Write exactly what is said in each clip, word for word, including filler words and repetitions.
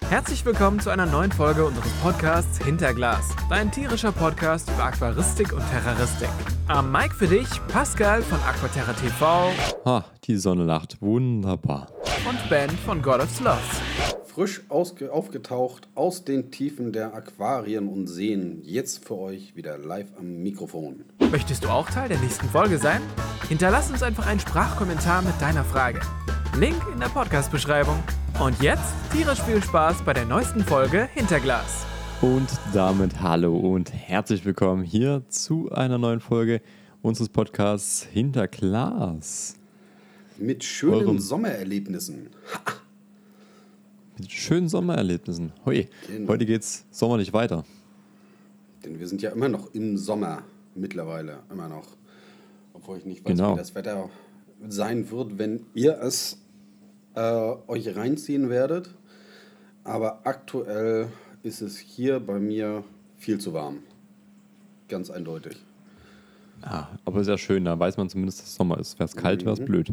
Herzlich willkommen zu einer neuen Folge unseres Podcasts Hinterglas, dein tierischer Podcast über Aquaristik und Terroristik. Am Mic für dich Pascal von Aquaterra T V. Ha, die Sonne lacht, wunderbar. Und Ben von God of Sloths. Frisch ausge- aufgetaucht aus den Tiefen der Aquarien und Seen, jetzt für euch wieder live am Mikrofon. Möchtest du auch Teil der nächsten Folge sein? Hinterlass uns einfach einen Sprachkommentar mit deiner Frage. Link in der Podcast-Beschreibung. Und jetzt tierisch viel Spaß bei der neuesten Folge Hinterglas. Und damit hallo und herzlich willkommen hier zu einer neuen Folge unseres Podcasts Hinterglas. Mit schönen Eurem- Sommererlebnissen. Ha! Mit schönen Sommererlebnissen. Hoi, Genau. heute geht's sommerlich weiter. Denn wir sind ja immer noch im Sommer, mittlerweile immer noch. Obwohl ich nicht weiß, Genau. wie das Wetter sein wird, wenn ihr es äh, euch reinziehen werdet. Aber aktuell ist es hier bei mir viel zu warm. Ganz eindeutig. Ja, aber sehr schön, da weiß man zumindest, dass es Sommer ist. Wäre es kalt, wäre es blöd.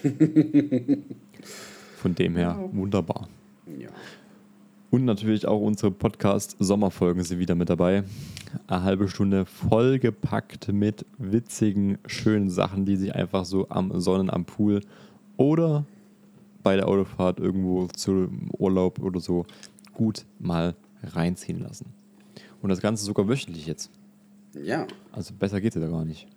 Von dem her wunderbar. Ja. Und natürlich auch unsere Podcast-Sommerfolgen sind wieder mit dabei. Eine halbe Stunde vollgepackt mit witzigen, schönen Sachen, die sich einfach so am Sonnen, am Pool oder bei der Autofahrt irgendwo zum Urlaub oder so gut mal reinziehen lassen. Und das Ganze sogar wöchentlich jetzt. Ja. Also besser geht es ja gar nicht.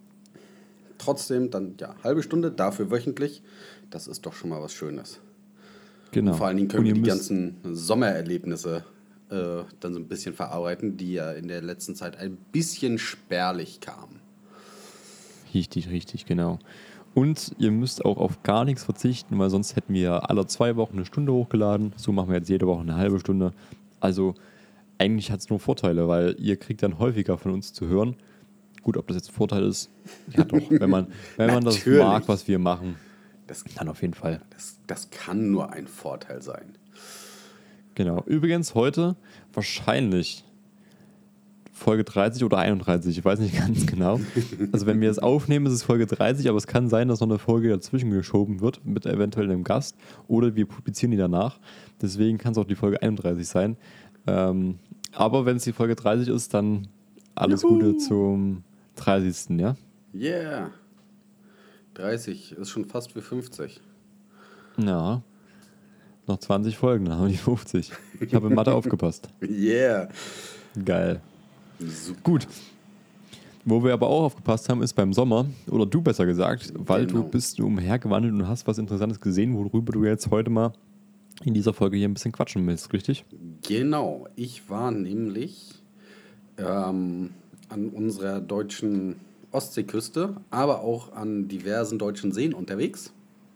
Trotzdem dann, ja, halbe Stunde, dafür wöchentlich. Das ist doch schon mal was Schönes. Genau. Vor allen Dingen können Und wir ihr die müsst- ganzen Sommererlebnisse äh, dann so ein bisschen verarbeiten, die ja in der letzten Zeit ein bisschen spärlich kamen. Richtig, richtig, genau. Und ihr müsst auch auf gar nichts verzichten, weil sonst hätten wir alle zwei Wochen eine Stunde hochgeladen. So machen wir jetzt jede Woche eine halbe Stunde. Also eigentlich hat es nur Vorteile, weil ihr kriegt dann häufiger von uns zu hören. Gut, ob das jetzt ein Vorteil ist, ja doch, wenn man, wenn man das Natürlich. mag, was wir machen, Das, dann auf jeden Fall. das, das kann nur ein Vorteil sein. Genau. Übrigens heute wahrscheinlich Folge dreißig oder einunddreißig, ich weiß nicht ganz genau. Also wenn wir es aufnehmen, ist es Folge dreißig, aber es kann sein, dass noch eine Folge dazwischen geschoben wird, mit eventuell einem Gast, oder wir publizieren die danach. Deswegen kann es auch die Folge einunddreißig sein. Ähm, aber wenn es die Folge dreißig ist, dann alles Juhu. Gute zum dreißigsten, ja? Yeah. dreißig ist schon fast wie fünfzig. Ja. Noch zwanzig Folgen, dann haben wir die fünfzig. Ich habe in Mathe aufgepasst. Yeah. Geil. Super. Gut. Wo wir aber auch aufgepasst haben, ist beim Sommer, oder du besser gesagt, weil Genau. du bist umhergewandelt und hast was Interessantes gesehen, worüber du jetzt heute mal in dieser Folge hier ein bisschen quatschen willst, richtig? Genau. Ich war nämlich ähm, an unserer deutschen Ostseeküste, aber auch an diversen deutschen Seen unterwegs.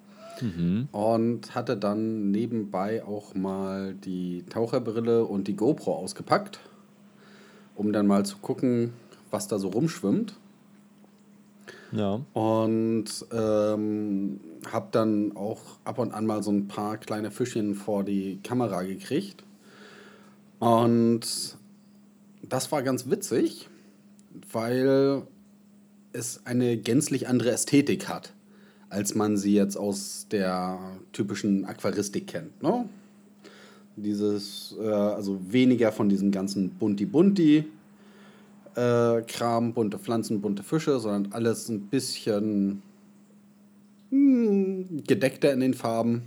Und hatte dann nebenbei auch mal die Taucherbrille und die GoPro ausgepackt, um dann mal zu gucken, was da so rumschwimmt. Ja. Und ähm, habe dann auch ab und an mal so ein paar kleine Fischchen vor die Kamera gekriegt. Und das war ganz witzig, weil es eine gänzlich andere Ästhetik hat, als man sie jetzt aus der typischen Aquaristik kennt. Ne? Dieses, äh, also weniger von diesem ganzen Bunti-Bunti äh, Kram, bunte Pflanzen, bunte Fische, sondern alles ein bisschen hm, gedeckter in den Farben.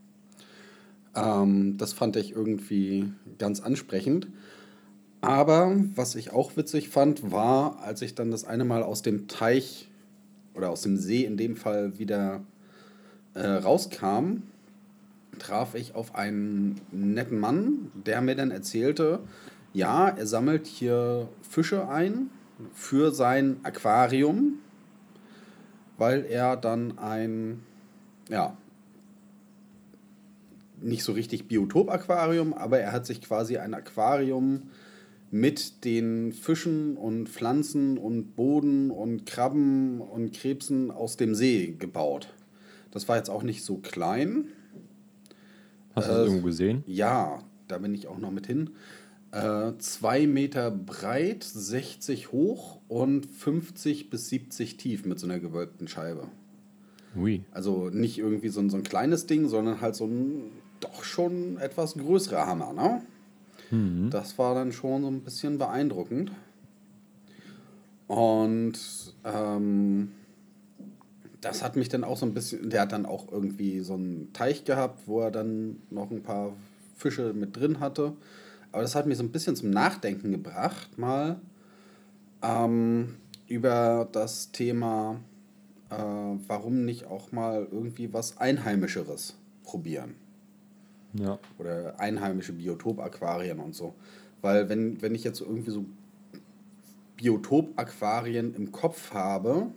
Ähm, das fand ich irgendwie ganz ansprechend. Aber was ich auch witzig fand, war, als ich dann das eine Mal aus dem Teich oder aus dem See in dem Fall wieder äh, rauskam, traf ich auf einen netten Mann, der mir dann erzählte, ja, er sammelt hier Fische ein für sein Aquarium, weil er dann ein, ja, nicht so richtig Biotop-Aquarium, aber er hat sich quasi ein Aquarium mit den Fischen und Pflanzen und Boden und Krabben und Krebsen aus dem See gebaut. Das war jetzt auch nicht so klein. Hast du das irgendwo gesehen? Ja, da bin ich auch noch mit hin. Äh, zwei Meter breit, sechzig hoch und fünfzig bis siebzig tief mit so einer gewölbten Scheibe. Ui. Also nicht irgendwie so ein, so ein kleines Ding, sondern halt so ein doch schon etwas größere Hammer, ne? Mhm. Das war dann schon so ein bisschen beeindruckend. Und ähm, das hat mich dann auch so ein bisschen, der hat dann auch irgendwie so einen Teich gehabt, wo er dann noch ein paar Fische mit drin hatte. Aber das hat mich so ein bisschen zum Nachdenken gebracht, mal ähm, über das Thema, äh, warum nicht auch mal irgendwie was Einheimischeres probieren. Ja. Oder einheimische Biotop-Aquarien und so. Weil wenn, wenn ich jetzt irgendwie so Biotop-Aquarien im Kopf habe,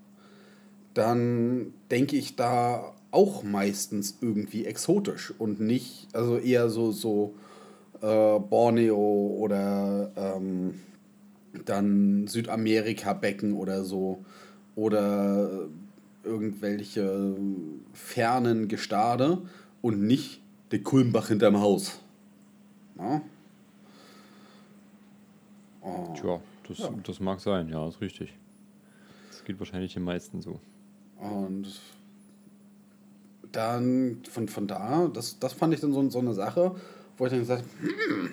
dann denke ich da auch meistens irgendwie exotisch und nicht, also eher so, so äh, Borneo oder ähm, dann Südamerika-Becken oder so oder irgendwelche fernen Gestade und nicht der Kulmbach hinterm Haus. Ja? Oh. Tja, das, ja. das mag sein, ja, ist richtig. Das geht wahrscheinlich den meisten so. Und dann von, von da, das, das fand ich dann so, so eine Sache, wo ich dann gesagt habe, hm,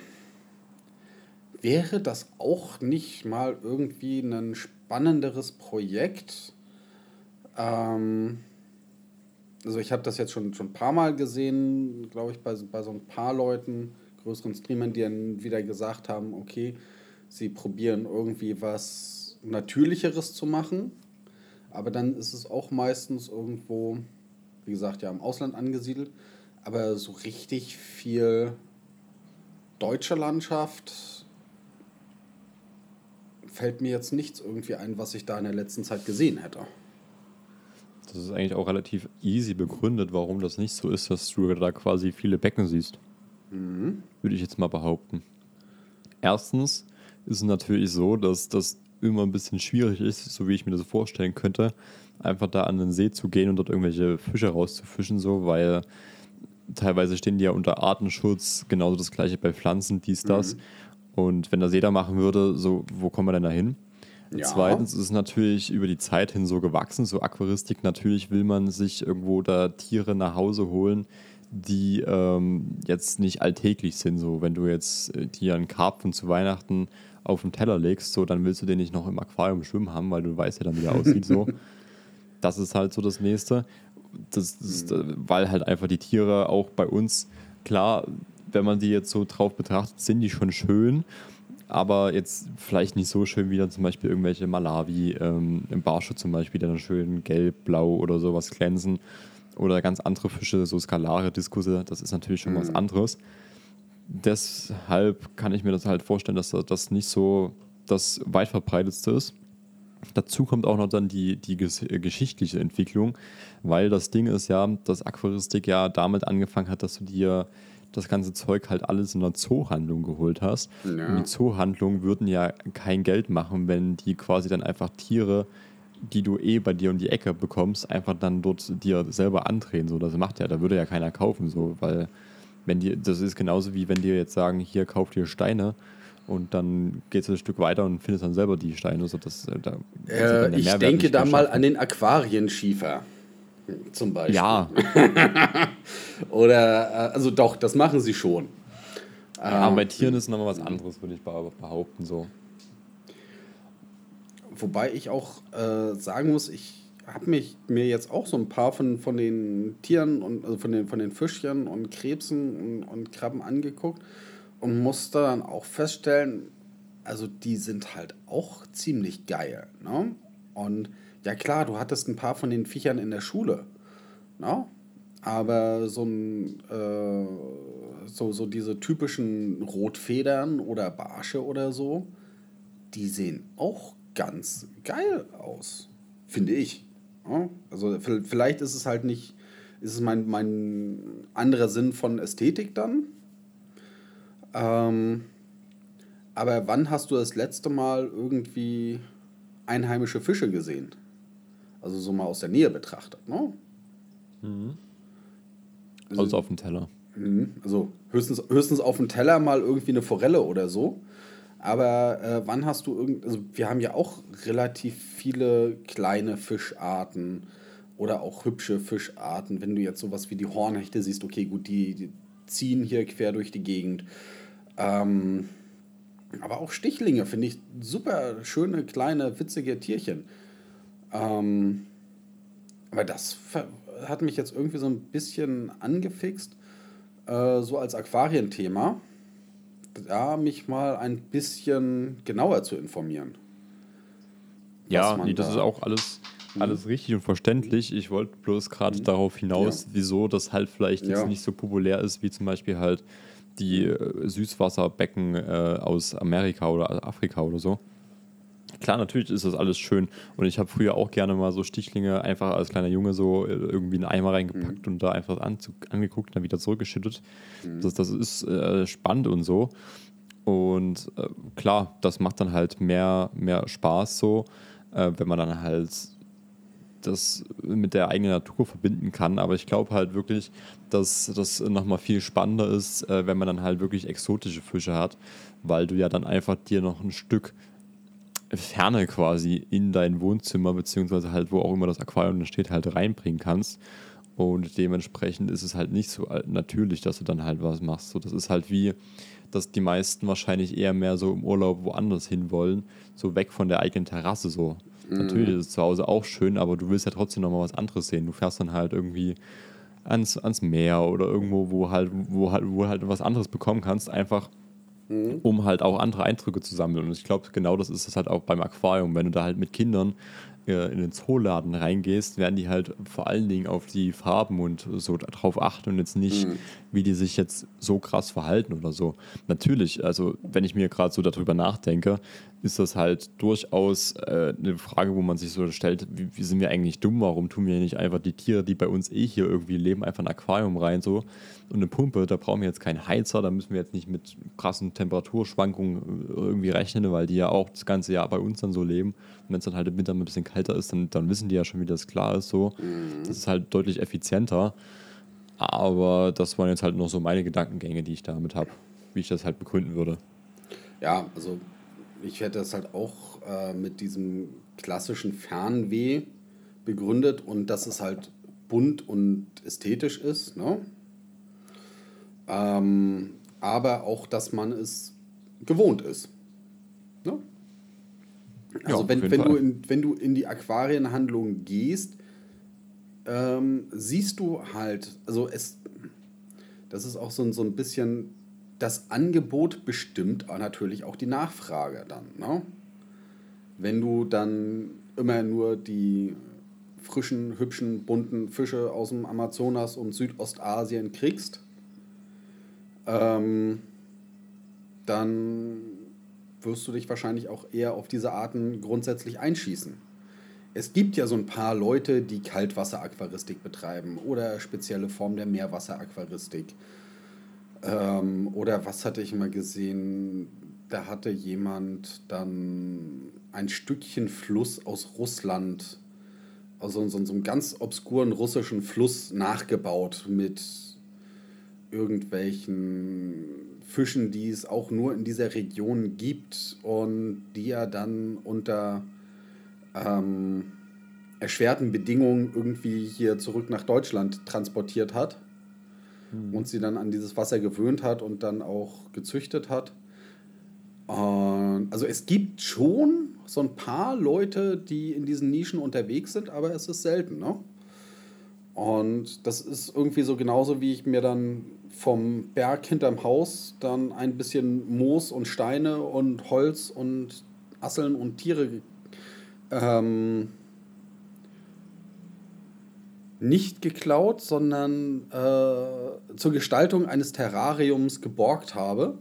wäre das auch nicht mal irgendwie ein spannenderes Projekt? Ähm, also ich habe das jetzt schon, schon ein paar Mal gesehen, glaube ich, bei, bei so ein paar Leuten, größeren Streamern, die dann wieder gesagt haben, okay, sie probieren irgendwie was Natürlicheres zu machen, aber dann ist es auch meistens irgendwo, wie gesagt, ja im Ausland angesiedelt, aber so richtig viel deutsche Landschaft fällt mir jetzt nichts irgendwie ein, was ich da in der letzten Zeit gesehen hätte. Das ist eigentlich auch relativ easy begründet, warum das nicht so ist, dass du da quasi viele Becken siehst. Mhm. Würde ich jetzt mal behaupten. Erstens ist es natürlich so, dass das immer ein bisschen schwierig ist, so wie ich mir das vorstellen könnte, einfach da an den See zu gehen und dort irgendwelche Fische rauszufischen, so, weil teilweise stehen die ja unter Artenschutz, genauso das gleiche bei Pflanzen, dies, das. Mhm. Und wenn das jeder machen würde, so, wo kommen wir denn da hin? Ja. Zweitens ist es natürlich über die Zeit hin so gewachsen, so Aquaristik. Natürlich will man sich irgendwo da Tiere nach Hause holen, die ähm, jetzt nicht alltäglich sind. So, wenn du jetzt äh, dir einen Karpfen zu Weihnachten auf den Teller legst, so, dann willst du den nicht noch im Aquarium schwimmen haben, weil du weißt ja dann, wie er aussieht. So. Das ist halt so das Nächste. Das, das, mhm. Weil halt einfach die Tiere auch bei uns, klar, wenn man die jetzt so drauf betrachtet, sind die schon schön, aber jetzt vielleicht nicht so schön wie dann zum Beispiel irgendwelche Malawi, ähm, im Barsche zum Beispiel, die dann schön gelb, blau oder sowas glänzen. Oder ganz andere Fische, so Skalare, Diskusse, das ist natürlich schon mhm. was anderes. Deshalb kann ich mir das halt vorstellen, dass das nicht so das weit verbreitetste ist. Dazu kommt auch noch dann die, die geschichtliche Entwicklung, weil das Ding ist ja, dass Aquaristik ja damit angefangen hat, dass du dir das ganze Zeug halt alles in einer Zoohandlung geholt hast. Ja. Und die Zoohandlungen würden ja kein Geld machen, wenn die quasi dann einfach Tiere, die du eh bei dir um die Ecke bekommst, einfach dann dort dir selber andrehen. So, das macht ja, da würde ja keiner kaufen, so, weil wenn die, das ist genauso wie wenn die jetzt sagen, hier kauft ihr Steine und dann geht es ein Stück weiter und findest dann selber die Steine. So, das, da äh, ich denke da mal an den Aquarienschiefer zum Beispiel. Ja. Oder, also doch, das machen sie schon. Ja, ähm, bei Tieren ist nochmal was anderes, würde ich behaupten. So. Wobei ich auch äh, sagen muss, ich habe mich mir jetzt auch so ein paar von, von den Tieren und also von den, von den Fischchen und Krebsen und, und Krabben angeguckt und musste dann auch feststellen, also die sind halt auch ziemlich geil. Ne? Und ja klar, du hattest ein paar von den Viechern in der Schule. Ne? Aber so, ein, äh, so, so diese typischen Rotfedern oder Barsche oder so, die sehen auch ganz geil aus, finde ich. Ja? Also vielleicht ist es halt nicht, ist es mein, mein anderer Sinn von Ästhetik dann. Ähm, aber wann hast du das letzte Mal irgendwie einheimische Fische gesehen? Also so mal aus der Nähe betrachtet, ne? Mhm. Also, also auf dem Teller. Also höchstens, höchstens auf dem Teller mal irgendwie eine Forelle oder so. Aber äh, wann hast du irgend, also wir haben ja auch relativ viele kleine Fischarten oder auch hübsche Fischarten. Wenn du jetzt sowas wie die Hornhechte siehst, okay, gut, die, die ziehen hier quer durch die Gegend. Ähm, aber auch Stichlinge finde ich super schöne, kleine, witzige Tierchen. Ähm, aber das ver- hat mich jetzt irgendwie so ein bisschen angefixt, äh, so als Aquarienthema, da mich mal ein bisschen genauer zu informieren, was Ja, nee, man das ist da. auch alles, alles richtig und verständlich. Ich wollte bloß gerade darauf hinaus, Ja, wieso das halt vielleicht jetzt ja. nicht so populär ist, wie zum Beispiel halt die äh, Süßwasserbecken äh, aus Amerika oder Afrika oder so. Klar, natürlich ist das alles schön und ich habe früher auch gerne mal so Stichlinge einfach als kleiner Junge so äh, irgendwie in einen Eimer reingepackt und da einfach anzu angeguckt und dann wieder zurückgeschüttet. Das, das ist äh, spannend und so. Und äh, klar, das macht dann halt mehr, mehr Spaß so, äh, wenn man dann halt das mit der eigenen Natur verbinden kann. Aber ich glaube halt wirklich, dass das nochmal viel spannender ist, äh, wenn man dann halt wirklich exotische Fische hat, weil du ja dann einfach dir noch ein Stück Ferne quasi in dein Wohnzimmer, beziehungsweise halt wo auch immer das Aquarium dann steht, halt reinbringen kannst. Und dementsprechend ist es halt nicht so natürlich, dass du dann halt was machst. So, das ist halt wie, dass die meisten wahrscheinlich eher mehr so im Urlaub woanders hin wollen, so weg von der eigenen Terrasse so. Natürlich ist es zu Hause auch schön, aber du willst ja trotzdem nochmal was anderes sehen. Du fährst dann halt irgendwie ans, ans Meer oder irgendwo, wo halt, wo halt, wo halt was anderes bekommen kannst, einfach um halt auch andere Eindrücke zu sammeln. Und ich glaube, genau das ist es halt auch beim Aquarium. Wenn du da halt mit Kindern äh, in den Zooladen reingehst, werden die halt vor allen Dingen auf die Farben und so drauf achten und jetzt nicht, wie die sich jetzt so krass verhalten oder so. Natürlich, also wenn ich mir gerade so darüber nachdenke, ist das halt durchaus äh, eine Frage, wo man sich so stellt, wie, wie sind wir eigentlich dumm? Warum tun wir nicht einfach die Tiere, die bei uns eh hier irgendwie leben, einfach ein Aquarium rein so und eine Pumpe? Da brauchen wir jetzt keinen Heizer, da müssen wir jetzt nicht mit krassen Temperaturschwankungen irgendwie rechnen, weil die ja auch das ganze Jahr bei uns dann so leben. Und wenn es dann halt im Winter ein bisschen kälter ist, dann, dann wissen die ja schon, wie das klar ist so. Das ist halt deutlich effizienter. Aber das waren jetzt halt noch so meine Gedankengänge, die ich damit habe, wie ich das halt begründen würde. Ja, also ich hätte das halt auch äh, mit diesem klassischen Fernweh begründet und dass es halt bunt und ästhetisch ist, ne? Ähm, aber auch, dass man es gewohnt ist. Ne? Ja, Also auf wenn, jeden wenn, du Fall. in, wenn du in die Aquarienhandlung gehst, ähm, siehst du halt, also es, das ist auch so, ein- so ein bisschen, das Angebot bestimmt auch natürlich auch die Nachfrage dann. Ne? Wenn du dann immer nur die frischen, hübschen, bunten Fische aus dem Amazonas und Südostasien kriegst, ähm, dann wirst du dich wahrscheinlich auch eher auf diese Arten grundsätzlich einschießen. Es gibt ja so ein paar Leute, die Kaltwasseraquaristik betreiben oder spezielle Formen der Meerwasseraquaristik. Ähm, oder was hatte ich mal gesehen? Da hatte jemand dann ein Stückchen Fluss aus Russland, also so, so einem ganz obskuren russischen Fluss nachgebaut mit irgendwelchen Fischen, die es auch nur in dieser Region gibt und die er dann unter ähm, erschwerten Bedingungen irgendwie hier zurück nach Deutschland transportiert hat und sie dann an dieses Wasser gewöhnt hat und dann auch gezüchtet hat. Und also es gibt schon so ein paar Leute, die in diesen Nischen unterwegs sind, aber es ist selten, ne? Und das ist irgendwie so genauso, wie ich mir dann vom Berg hinterm Haus dann ein bisschen Moos und Steine und Holz und Asseln und Tiere ähm, nicht geklaut, sondern äh, zur Gestaltung eines Terrariums geborgt habe.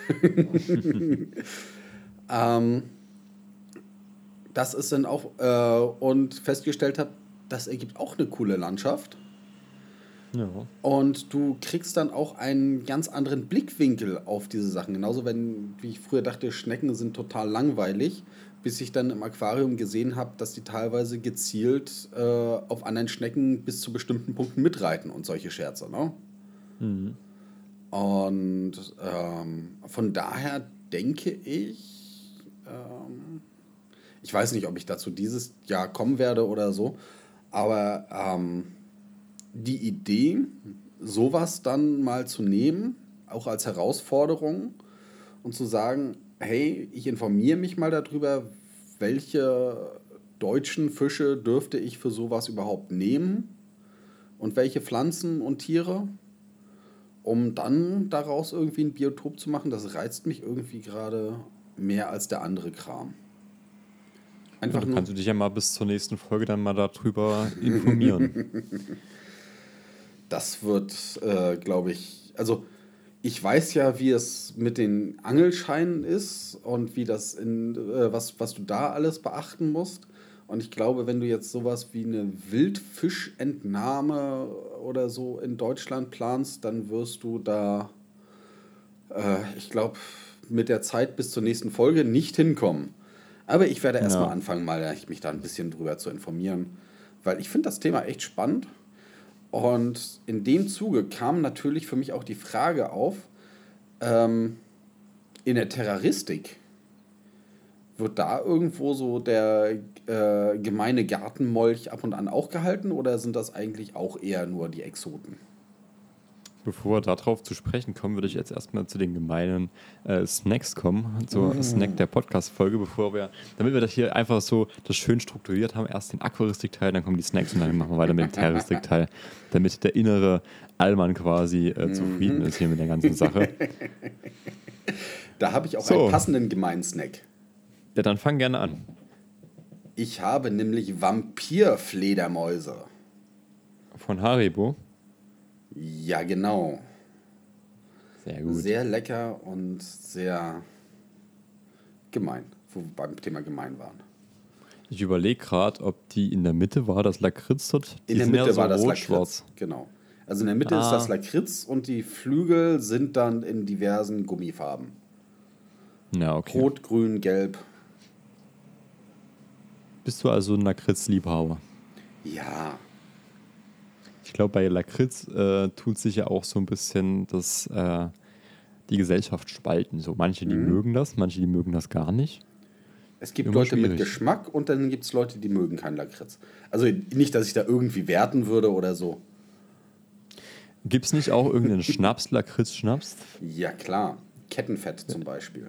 ähm, das ist dann auch äh, und festgestellt habe, das ergibt auch eine coole Landschaft. Ja. Und du kriegst dann auch einen ganz anderen Blickwinkel auf diese Sachen. Genauso, wenn, wie ich früher dachte, Schnecken sind total langweilig, bis ich dann im Aquarium gesehen habe, dass die teilweise gezielt äh, auf anderen Schnecken bis zu bestimmten Punkten mitreiten und solche Scherze. Ne? Mhm. Und ähm, von daher denke ich, ähm, ich weiß nicht, ob ich dazu dieses Jahr kommen werde oder so, aber ähm, die Idee sowas dann mal zu nehmen, auch als Herausforderung und zu sagen, hey, ich informiere mich mal darüber, welche deutschen Fische dürfte ich für sowas überhaupt nehmen und welche Pflanzen und Tiere, um dann daraus irgendwie ein Biotop zu machen. Das reizt mich irgendwie gerade mehr als der andere Kram. Einfach Du nur, kannst du dich ja mal bis zur nächsten Folge dann mal darüber informieren. das wird, äh, glaube ich, also ich weiß ja, wie es mit den Angelscheinen ist und wie das in, äh, was, was du da alles beachten musst. Und ich glaube, wenn du jetzt sowas wie eine Wildfischentnahme oder so in Deutschland planst, dann wirst du da, äh, ich glaube, mit der Zeit bis zur nächsten Folge nicht hinkommen. Aber ich werde erstmal Ja. anfangen, mal mich da ein bisschen drüber zu informieren, weil ich finde das Thema echt spannend. Und in dem Zuge kam natürlich für mich auch die Frage auf, ähm, in der Terroristik, wird da irgendwo so der äh, gemeine Gartenmolch ab und an auch gehalten oder sind das eigentlich auch eher nur die Exoten? Bevor wir darauf zu sprechen kommen, würde ich jetzt erstmal zu den gemeinen äh, Snacks kommen, zur Mm. Snack der Podcast-Folge, bevor wir, damit wir das hier einfach so das schön strukturiert haben, erst den Aquaristik-Teil, dann kommen die Snacks und dann machen wir weiter mit dem Terroristik-Teil, damit der innere Allmann quasi äh, zufrieden ist hier mit der ganzen Sache. Da habe ich auch So. einen passenden gemeinen Snack. Ja, dann fang gerne an. Ich habe nämlich Vampirfledermäuse. Von Haribo. Ja, genau. Sehr gut. Sehr lecker und sehr gemein, wo wir beim Thema gemein waren. Ich überlege gerade, ob die in der Mitte war, das Lakritz dort. Die In der sind Mitte ja so war das rot-schwarz. Lakritz. Genau. Also in der Mitte ist Ah. das Lakritz und die Flügel sind dann in diversen Gummifarben. Ja, okay. Rot, grün, gelb. Bist du also ein Lakritz-Liebhaber? Ja, Ich glaube, bei Lakritz äh, tut sich ja auch so ein bisschen das, äh, die Gesellschaft spalten. So manche, die Mhm. mögen das, manche, die mögen das gar nicht. es gibt Immer Leute mit schwierig. Geschmack und dann gibt es Leute, die mögen keinen Lakritz. Also nicht, dass ich da irgendwie werten würde oder so. Gibt es nicht auch irgendeinen Schnaps, Lakritz-Schnaps? Ja, klar. Kettenfett zum Beispiel.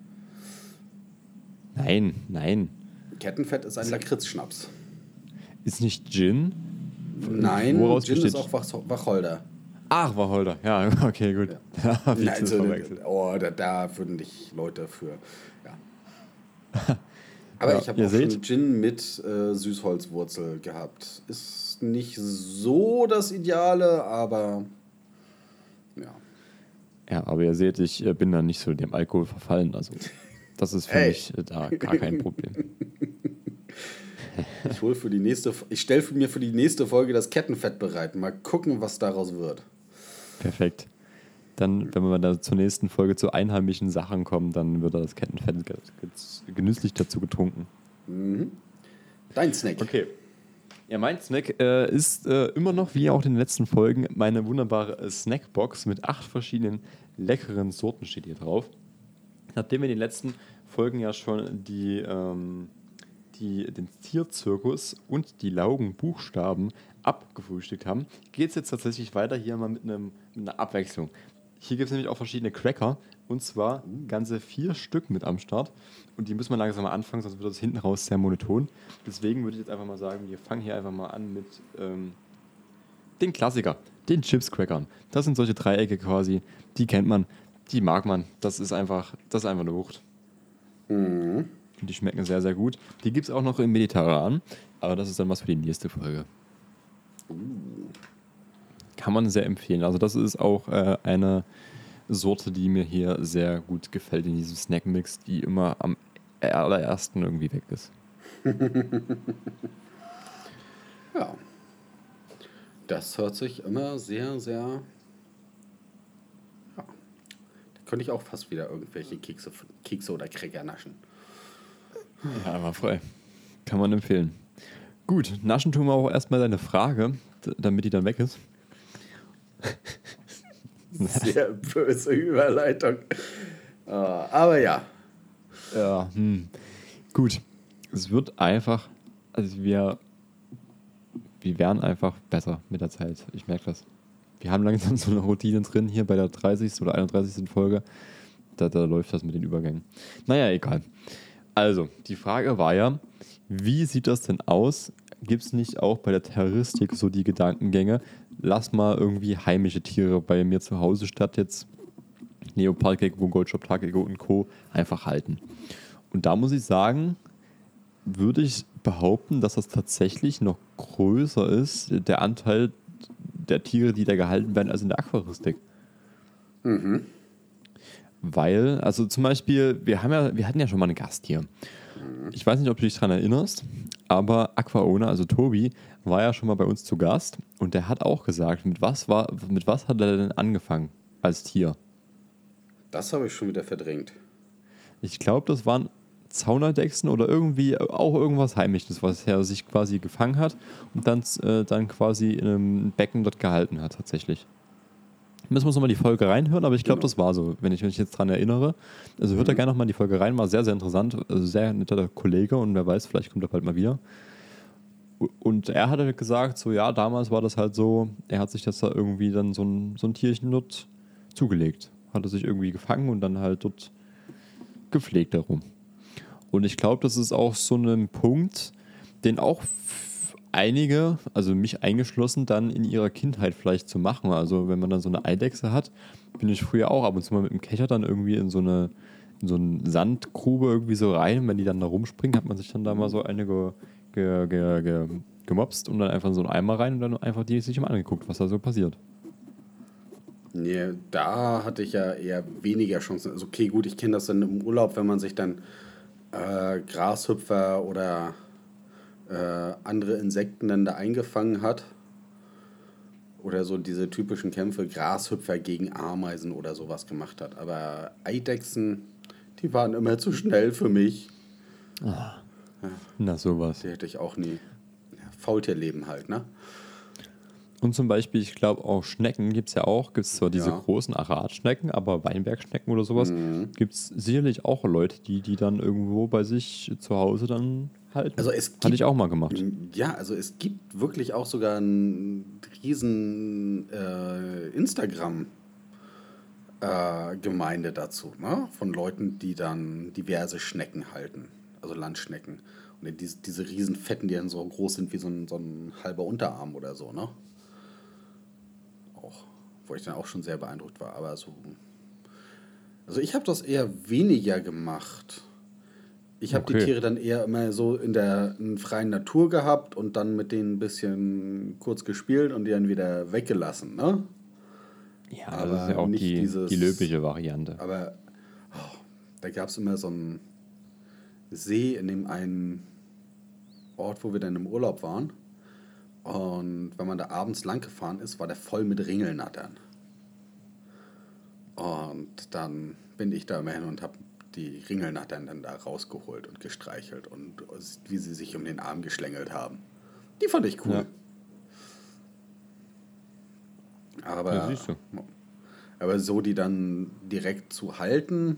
Nein, nein. Kettenfett ist ein Lakritzschnaps. Ist nicht Gin? Nein, Woraus Gin besteht- ist auch Wach- Wacholder. Ach, Wacholder. Ja, okay, gut. Ja. Hab ich Na, das also, verwechselt. oh, da, da würden dich Leute für. Ja. Aber Ja, ich habe ihr auch schon seht. Gin mit äh, Süßholzwurzel gehabt. Ist nicht so das Ideale, aber ja. Ja, aber ihr seht, ich äh, bin da nicht so dem Alkohol verfallen. Also, das ist für Ey. mich äh, da gar kein Problem. Ich hol für die nächste, ich stelle mir für die nächste Folge das Kettenfett bereit. Mal gucken, was daraus wird. Perfekt. Dann, wenn wir dann zur nächsten Folge zu einheimischen Sachen kommen, dann wird das Kettenfett ge- ge- genüsslich dazu getrunken. Dein Snack. Okay. Ja, mein Snack äh, ist äh, immer noch, wie auch in den letzten Folgen, meine wunderbare äh, Snackbox mit acht verschiedenen leckeren Sorten steht hier drauf. Nachdem wir in den letzten Folgen ja schon die, ähm, die, den Tierzirkus und die Laugenbuchstaben abgefrühstückt haben, geht es jetzt tatsächlich weiter hier mal mit, einem, mit einer Abwechslung. Hier gibt es nämlich auch verschiedene Cracker, und zwar ganze vier Stück mit am Start. Und die müssen wir langsam mal anfangen, sonst wird das hinten raus sehr monoton. Deswegen würde ich jetzt einfach mal sagen, wir fangen hier einfach mal an mit ähm, den Klassiker, den Chips-Crackern. Das sind solche Dreiecke quasi, die kennt man, die mag man. Das ist einfach, das ist einfach eine Wucht. Und die schmecken sehr, sehr gut. Die gibt es auch noch im Mediterran, aber das ist dann was für die nächste Folge. Kann man sehr empfehlen. Also das ist auch äh, eine Sorte, die mir hier sehr gut gefällt in diesem Snackmix, die immer am allerersten irgendwie weg ist. Ja. Das hört sich immer sehr, sehr. Ja. Da könnte ich auch fast wieder irgendwelche Kekse, Kekse oder Cracker naschen. Ja, einmal frei. Kann man empfehlen. Gut, naschen tun wir auch erstmal deine Frage, d- damit die dann weg ist. Sehr böse Überleitung. Äh, aber ja. Ja, hm. Gut. Es wird einfach, also wir, wir werden einfach besser mit der Zeit. Ich merke das. wir haben langsam so eine Routine drin hier bei der dreißigsten oder einunddreißigsten Folge. Da, da läuft das mit den Übergängen. Naja, egal. Also, die Frage war ja, wie sieht das denn aus? Gibt es nicht auch bei der Terroristik so die Gedankengänge, lass mal irgendwie heimische Tiere bei mir zu Hause statt jetzt Leopardgecko, Goldschopf-Tagecko und Co. einfach halten? Und da muss ich sagen, würde ich behaupten, dass das tatsächlich noch größer ist, der Anteil der Tiere, die da gehalten werden, als in der Aquaristik. Mhm. Weil, also zum Beispiel, wir, haben ja, wir hatten ja schon mal einen Gast hier. Ich weiß nicht, ob du dich daran erinnerst, aber Aquaona, also Tobi, war ja schon mal bei uns zu Gast und der hat auch gesagt, mit was, war, mit was hat er denn angefangen als Tier? Das habe ich schon wieder verdrängt. Ich glaube, das waren Zaunerdechsen oder irgendwie auch irgendwas Heimisches, was er sich quasi gefangen hat und dann, äh, dann quasi in einem Becken dort gehalten hat, tatsächlich. Müssen wir uns nochmal die Folge reinhören, aber ich glaube, Genau. das war so, wenn ich mich jetzt dran erinnere. Also hört da gerne nochmal die Folge rein, war sehr, sehr interessant, also sehr netter Kollege und wer weiß, vielleicht kommt er bald mal wieder. Und er hat halt gesagt, so ja, damals war das halt so, er hat sich das da irgendwie dann so ein, so ein Tierchen dort zugelegt. Hat er sich irgendwie gefangen und dann halt dort gepflegt darum. Und ich glaube, das ist auch so ein Punkt, den auch f- einige, also mich eingeschlossen, dann in ihrer Kindheit vielleicht zu machen. Also wenn man dann so eine Eidechse hat, bin ich früher auch ab und zu mal mit dem Kescher dann irgendwie in so eine, in so eine Sandgrube irgendwie so rein. Und wenn die dann da rumspringen, hat man sich dann da mal so eine ge, ge, ge, ge, gemopst und dann einfach in so einen Eimer rein und dann einfach die sich mal angeguckt, was da so passiert. Nee, da hatte ich ja eher weniger Chancen. Also okay, gut, ich kenne das dann im Urlaub, wenn man sich dann äh, Grashüpfer oder äh, andere Insekten dann da eingefangen hat. Oder so diese typischen Kämpfe, Grashüpfer gegen Ameisen oder sowas gemacht hat. Aber Eidechsen, die waren immer zu schnell für mich. Na, sowas. Die hätte ich auch nie. Ja, Faultierleben halt, ne? Und zum Beispiel, ich glaube auch Schnecken gibt es ja auch, gibt es zwar diese Ja. großen Aratschnecken, aber Weinbergschnecken oder sowas, gibt es sicherlich auch Leute, die die dann irgendwo bei sich zu Hause dann halten. Also es Hatte gibt- ich auch mal gemacht. Ja, also es gibt wirklich auch sogar einen riesen äh, Instagram äh, Gemeinde dazu, ne? Von Leuten, die dann diverse Schnecken halten, also Landschnecken. Und diese, diese riesen Fetten, die dann so groß sind wie so ein, so ein halber Unterarm oder so, ne? Auch, wo ich dann auch schon sehr beeindruckt war. Aber so, also ich habe das eher weniger gemacht. Ich habe Okay. die Tiere dann eher immer so in der in freien Natur gehabt und dann mit denen ein bisschen kurz gespielt und die dann wieder weggelassen, ne? Ja, aber das ist ja auch nicht die, dieses- die löbliche Variante. Aber oh, da gab es immer so einen See in dem einen Ort, wo wir dann im Urlaub waren. Und wenn man da abends lang gefahren ist, war der voll mit Ringelnattern. Und dann bin ich da immer hin und habe die Ringelnattern dann da rausgeholt und gestreichelt und wie sie sich um den Arm geschlängelt haben. Die fand ich cool. Aber, Ja, siehst du. aber so die dann direkt zu halten,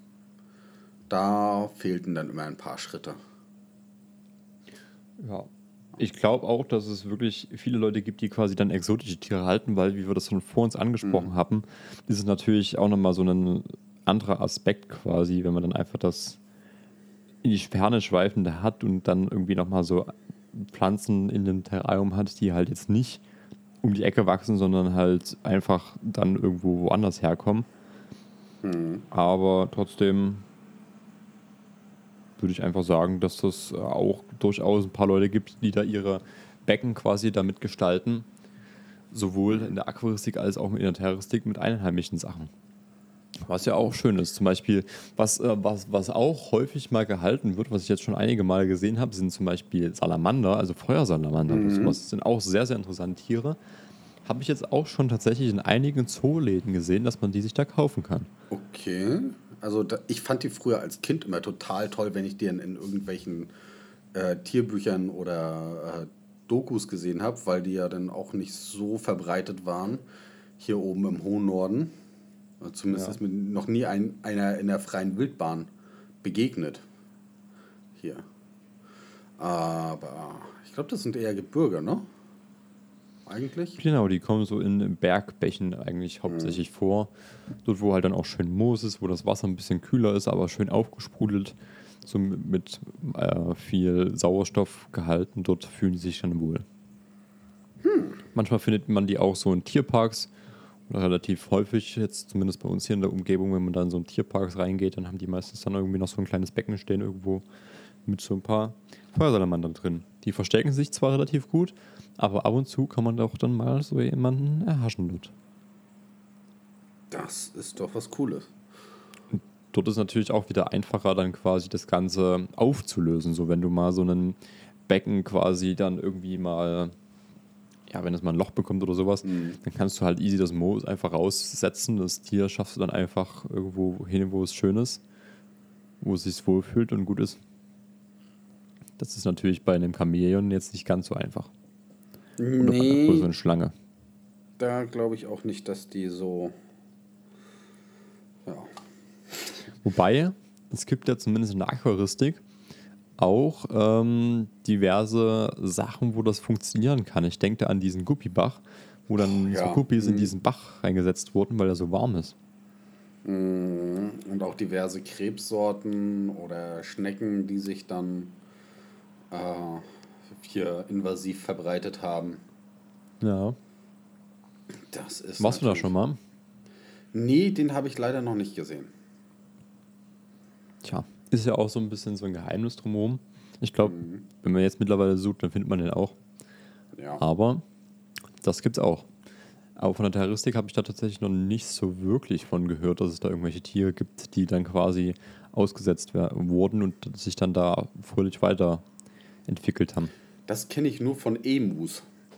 da fehlten dann immer ein paar Schritte. Ja. Ich glaube auch, dass es wirklich viele Leute gibt, die quasi dann exotische Tiere halten, weil, wie wir das schon vor uns angesprochen haben, ist es natürlich auch nochmal so ein anderer Aspekt quasi, wenn man dann einfach das in die Ferne schweifende hat und dann irgendwie nochmal so Pflanzen in dem Terrarium hat, die halt jetzt nicht um die Ecke wachsen, sondern halt einfach dann irgendwo woanders herkommen. Aber trotzdem würde ich einfach sagen, dass das auch durchaus ein paar Leute gibt, die da ihre Becken quasi damit gestalten. Sowohl in der Aquaristik als auch in der Terroristik mit einheimischen Sachen. Was ja auch schön ist. Zum Beispiel, was, äh, was, was auch häufig mal gehalten wird, was ich jetzt schon einige Male gesehen habe, sind zum Beispiel Salamander, also Feuersalamander. Mhm. Das sind auch sehr, sehr interessante Tiere. Habe ich jetzt auch schon tatsächlich in einigen Zooläden gesehen, dass man die sich da kaufen kann. Okay. Also da, ich fand die früher als Kind immer total toll, wenn ich die in, in irgendwelchen äh, Tierbüchern oder äh, Dokus gesehen habe, weil die ja dann auch nicht so verbreitet waren hier oben im hohen Norden. Also zumindest Ja. ist mir noch nie ein, einer in der freien Wildbahn begegnet. Hier. Aber ich glaube, das sind eher Gebirge, ne? eigentlich. Genau, die kommen so in Bergbächen eigentlich hauptsächlich mhm. vor. Dort, wo halt dann auch schön Moos ist, wo das Wasser ein bisschen kühler ist, aber schön aufgesprudelt, so mit äh, viel Sauerstoff gehalten. Dort fühlen die sich dann wohl. Hm. Manchmal findet man die auch so in Tierparks. Oder relativ häufig, jetzt zumindest bei uns hier in der Umgebung, wenn man dann so in Tierparks reingeht, dann haben die meistens dann irgendwie noch so ein kleines Becken stehen irgendwo mit so ein paar Feuersalamandern drin. Die verstecken sich zwar relativ gut, aber ab und zu kann man doch dann mal so jemanden erhaschen dort. Das ist doch was Cooles. Und dort ist natürlich auch wieder einfacher, dann quasi das Ganze aufzulösen. So, wenn du mal so ein Becken quasi dann irgendwie mal, ja, wenn es mal ein Loch bekommt oder sowas, mhm. dann kannst du halt easy das Moos einfach raussetzen. Das Tier schaffst du dann einfach irgendwo hin, wo es schön ist, wo es sich wohlfühlt und gut ist. Das ist natürlich bei einem Chamäleon jetzt nicht ganz so einfach. Oder nee, bei so einer Schlange. Da glaube ich auch nicht, dass die so... Ja. Wobei, es gibt ja zumindest in der Aquaristik auch ähm, diverse Sachen, wo das funktionieren kann. Ich denke da an diesen Guppibach, wo dann ja. so Guppies mhm. in diesen Bach reingesetzt wurden, weil er so warm ist. Und auch diverse Krebssorten oder Schnecken, die sich dann äh, hier invasiv verbreitet haben. Ja. Das ist Warst du da schon mal? Nee, den habe ich leider noch nicht gesehen. Tja, ist ja auch so ein bisschen so ein Geheimnis drumherum. Ich glaube, Mhm. wenn man jetzt mittlerweile sucht, dann findet man den auch. Ja. Aber das gibt's auch. Aber von der Terroristik habe ich da tatsächlich noch nicht so wirklich von gehört, dass es da irgendwelche Tiere gibt, die dann quasi ausgesetzt wer- wurden und sich dann da fröhlich weiterentwickelt haben. Das kenne ich nur von Emus.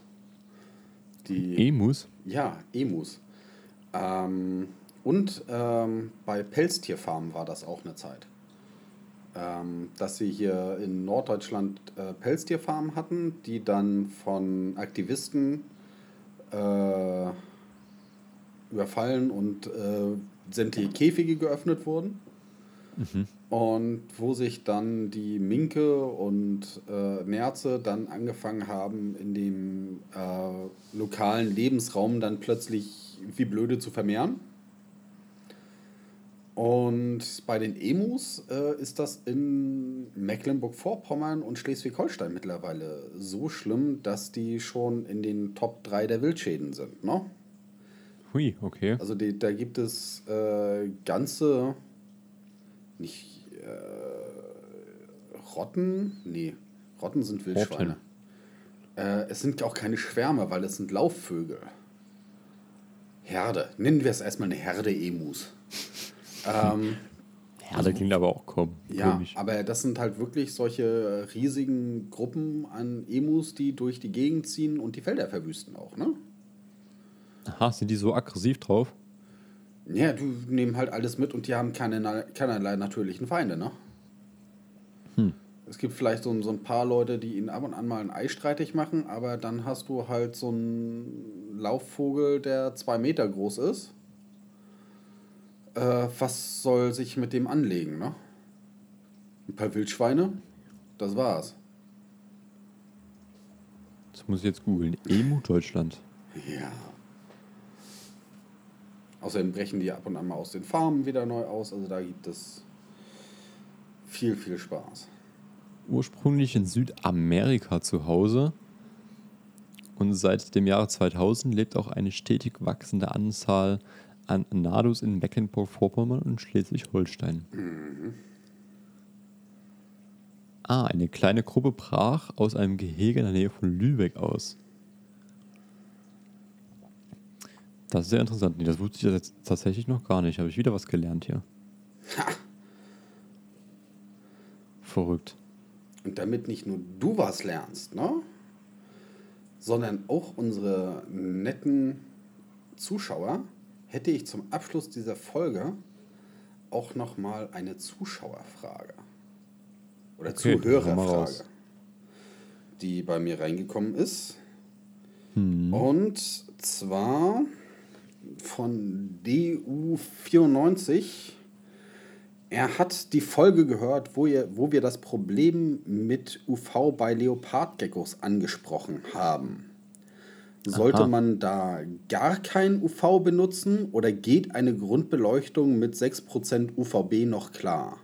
Die, Emus? ja, Emus. Ähm, und ähm, bei Pelztierfarmen war das auch eine Zeit. Ähm, dass sie hier in Norddeutschland äh, Pelztierfarmen hatten, die dann von Aktivisten äh, überfallen und äh, sämtliche Käfige geöffnet wurden. Mhm. Und wo sich dann die Minke und äh, Nerze dann angefangen haben, in dem äh, lokalen Lebensraum dann plötzlich wie blöde zu vermehren. Und bei den Emus äh, ist das in Mecklenburg-Vorpommern und Schleswig-Holstein mittlerweile so schlimm, dass die schon in den Top drei der Wildschäden sind. Ne? Hui, okay. Also die, da gibt es äh, ganze, nicht äh, Rotten, nee, Rotten sind Wildschweine. Äh, es sind auch keine Schwärme, weil es sind Laufvögel. Herde, nennen wir es erstmal eine Herde Emus. ähm, Ja, das klingt aber auch kaum ja, komisch. aber das sind halt wirklich solche riesigen Gruppen an Emus, die durch die Gegend ziehen und die Felder verwüsten auch, ne? Aha, sind die so aggressiv drauf? Ja, du nehmen halt alles mit und die haben keine, keinerlei natürlichen Feinde, ne? Hm. Es gibt vielleicht so, so ein paar Leute, die ihnen ab und an mal ein Ei streitig machen, aber dann hast du halt so einen Laufvogel, der zwei Meter groß ist. Äh, was soll sich mit dem anlegen, ne? Ein paar Wildschweine, das war's. Das muss ich jetzt googeln. Emu Deutschland. Ja. Außerdem brechen die ab und an mal aus den Farmen wieder neu aus, also da gibt es viel, viel Spaß. Ursprünglich in Südamerika zu Hause und seit dem Jahre zweitausend lebt auch eine stetig wachsende Anzahl an Nadus in Mecklenburg-Vorpommern und Schleswig-Holstein. Mhm. Ah, eine kleine Gruppe brach aus einem Gehege in der Nähe von Lübeck aus. Das ist sehr interessant. Nee, das wusste ich jetzt tatsächlich noch gar nicht. Habe ich wieder was gelernt hier. Ha. Verrückt. Und damit nicht nur du was lernst, ne? Sondern auch unsere netten Zuschauer, hätte ich zum Abschluss dieser Folge auch nochmal eine Zuschauerfrage. Oder Okay, hau mal Zuhörerfrage, raus. die bei mir reingekommen ist. Hm. Und zwar von D U vierundneunzig. Er hat die Folge gehört, wo, ihr, wo wir das Problem mit U V bei Leopardgeckos angesprochen haben. Sollte Aha. man da gar kein U V benutzen oder geht eine Grundbeleuchtung mit sechs Prozent U V B noch klar?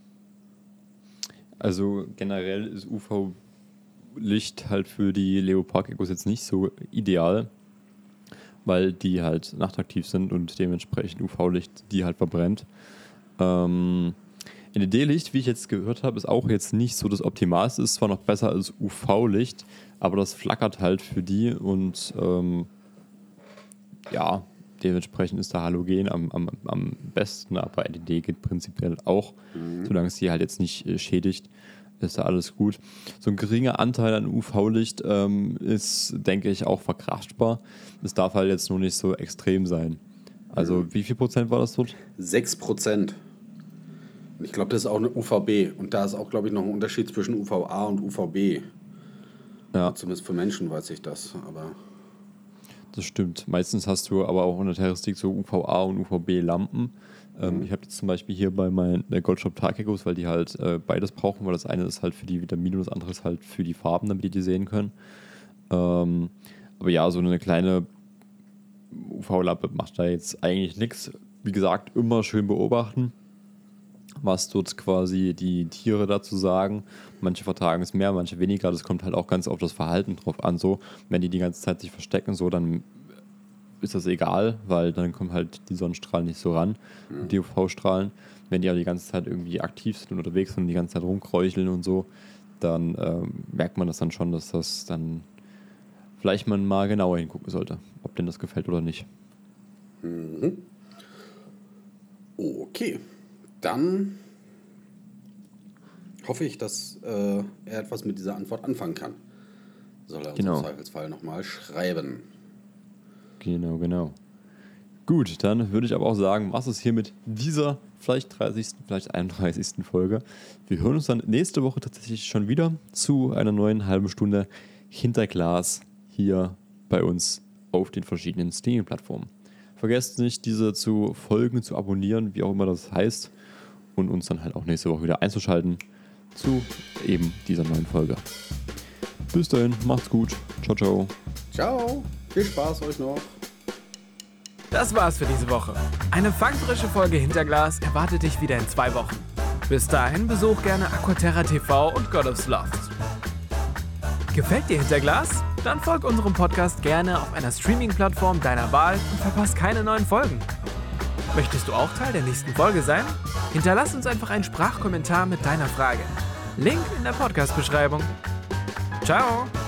Also generell ist U V-Licht halt für die Leopard-Geckos jetzt nicht so ideal, weil die halt nachtaktiv sind und dementsprechend U V-Licht die halt verbrennt. Ähm, L E D-Licht, wie ich jetzt gehört habe, ist auch jetzt nicht so das Optimalste, ist zwar noch besser als U V-Licht, aber das flackert halt für die und ähm, ja, dementsprechend ist da Halogen am, am, am besten, aber L E D geht prinzipiell auch, mhm. solange es die halt jetzt nicht äh, schädigt, ist da alles gut. So ein geringer Anteil an U V-Licht ähm, ist, denke ich, auch verkraftbar. Es darf halt jetzt nur nicht so extrem sein. Also mhm. wie viel Prozent war das dort? sechs Prozent. Ich glaube, das ist auch eine U V B. Und da ist auch, glaube ich, noch ein Unterschied zwischen U V A und U V B. Ja. Zumindest für Menschen weiß ich das, aber... Das stimmt. Meistens hast du aber auch in der Terroristik so U V A und U V B-Lampen. Ähm, mhm. Ich habe jetzt zum Beispiel hier bei meinen Goldshop Tag-Geckos, weil die halt äh, beides brauchen, weil das eine ist halt für die Vitamine und das andere ist halt für die Farben, damit die die sehen können. Ähm, aber ja, so eine kleine U V-Lampe macht da jetzt eigentlich nichts. Wie gesagt, immer schön beobachten, was dort quasi die Tiere dazu sagen. Manche vertragen es mehr, manche weniger. Das kommt halt auch ganz auf das Verhalten drauf an. So, wenn die die ganze Zeit sich verstecken, so, dann ist das egal, weil dann kommen halt die Sonnenstrahlen nicht so ran, mhm. die U V-Strahlen. Wenn die aber die ganze Zeit irgendwie aktiv sind und unterwegs sind und die ganze Zeit rumkräucheln und so, dann ähm, merkt man das dann schon, dass das dann vielleicht man mal genauer hingucken sollte, ob denn das gefällt oder nicht. Mhm. Okay. Dann hoffe ich, dass äh, er etwas mit dieser Antwort anfangen kann. Soll er uns genau. im Zweifelsfall nochmal schreiben. Genau, genau. Gut, dann würde ich aber auch sagen, was ist hier mit dieser vielleicht dreißigsten, vielleicht einunddreißigsten Folge. Wir hören uns dann nächste Woche tatsächlich schon wieder zu einer neuen halben Stunde hinter Glas hier bei uns auf den verschiedenen Streaming-Plattformen. Vergesst nicht, diese zu folgen, zu abonnieren, wie auch immer das heißt. Und uns dann halt auch nächste Woche wieder einzuschalten zu eben dieser neuen Folge. Bis dahin, macht's gut. Ciao, ciao. Ciao. Viel Spaß euch noch. Das war's für diese Woche. Eine fangfrische Folge Hinterglas erwartet dich wieder in zwei Wochen. Bis dahin besuch gerne Aquaterra T V und God of Sloth. Gefällt dir Hinterglas? Dann folg unserem Podcast gerne auf einer Streaming-Plattform deiner Wahl und verpasst keine neuen Folgen. Möchtest du auch Teil der nächsten Folge sein? Hinterlass uns einfach einen Sprachkommentar mit deiner Frage. Link in der Podcast-Beschreibung. Ciao!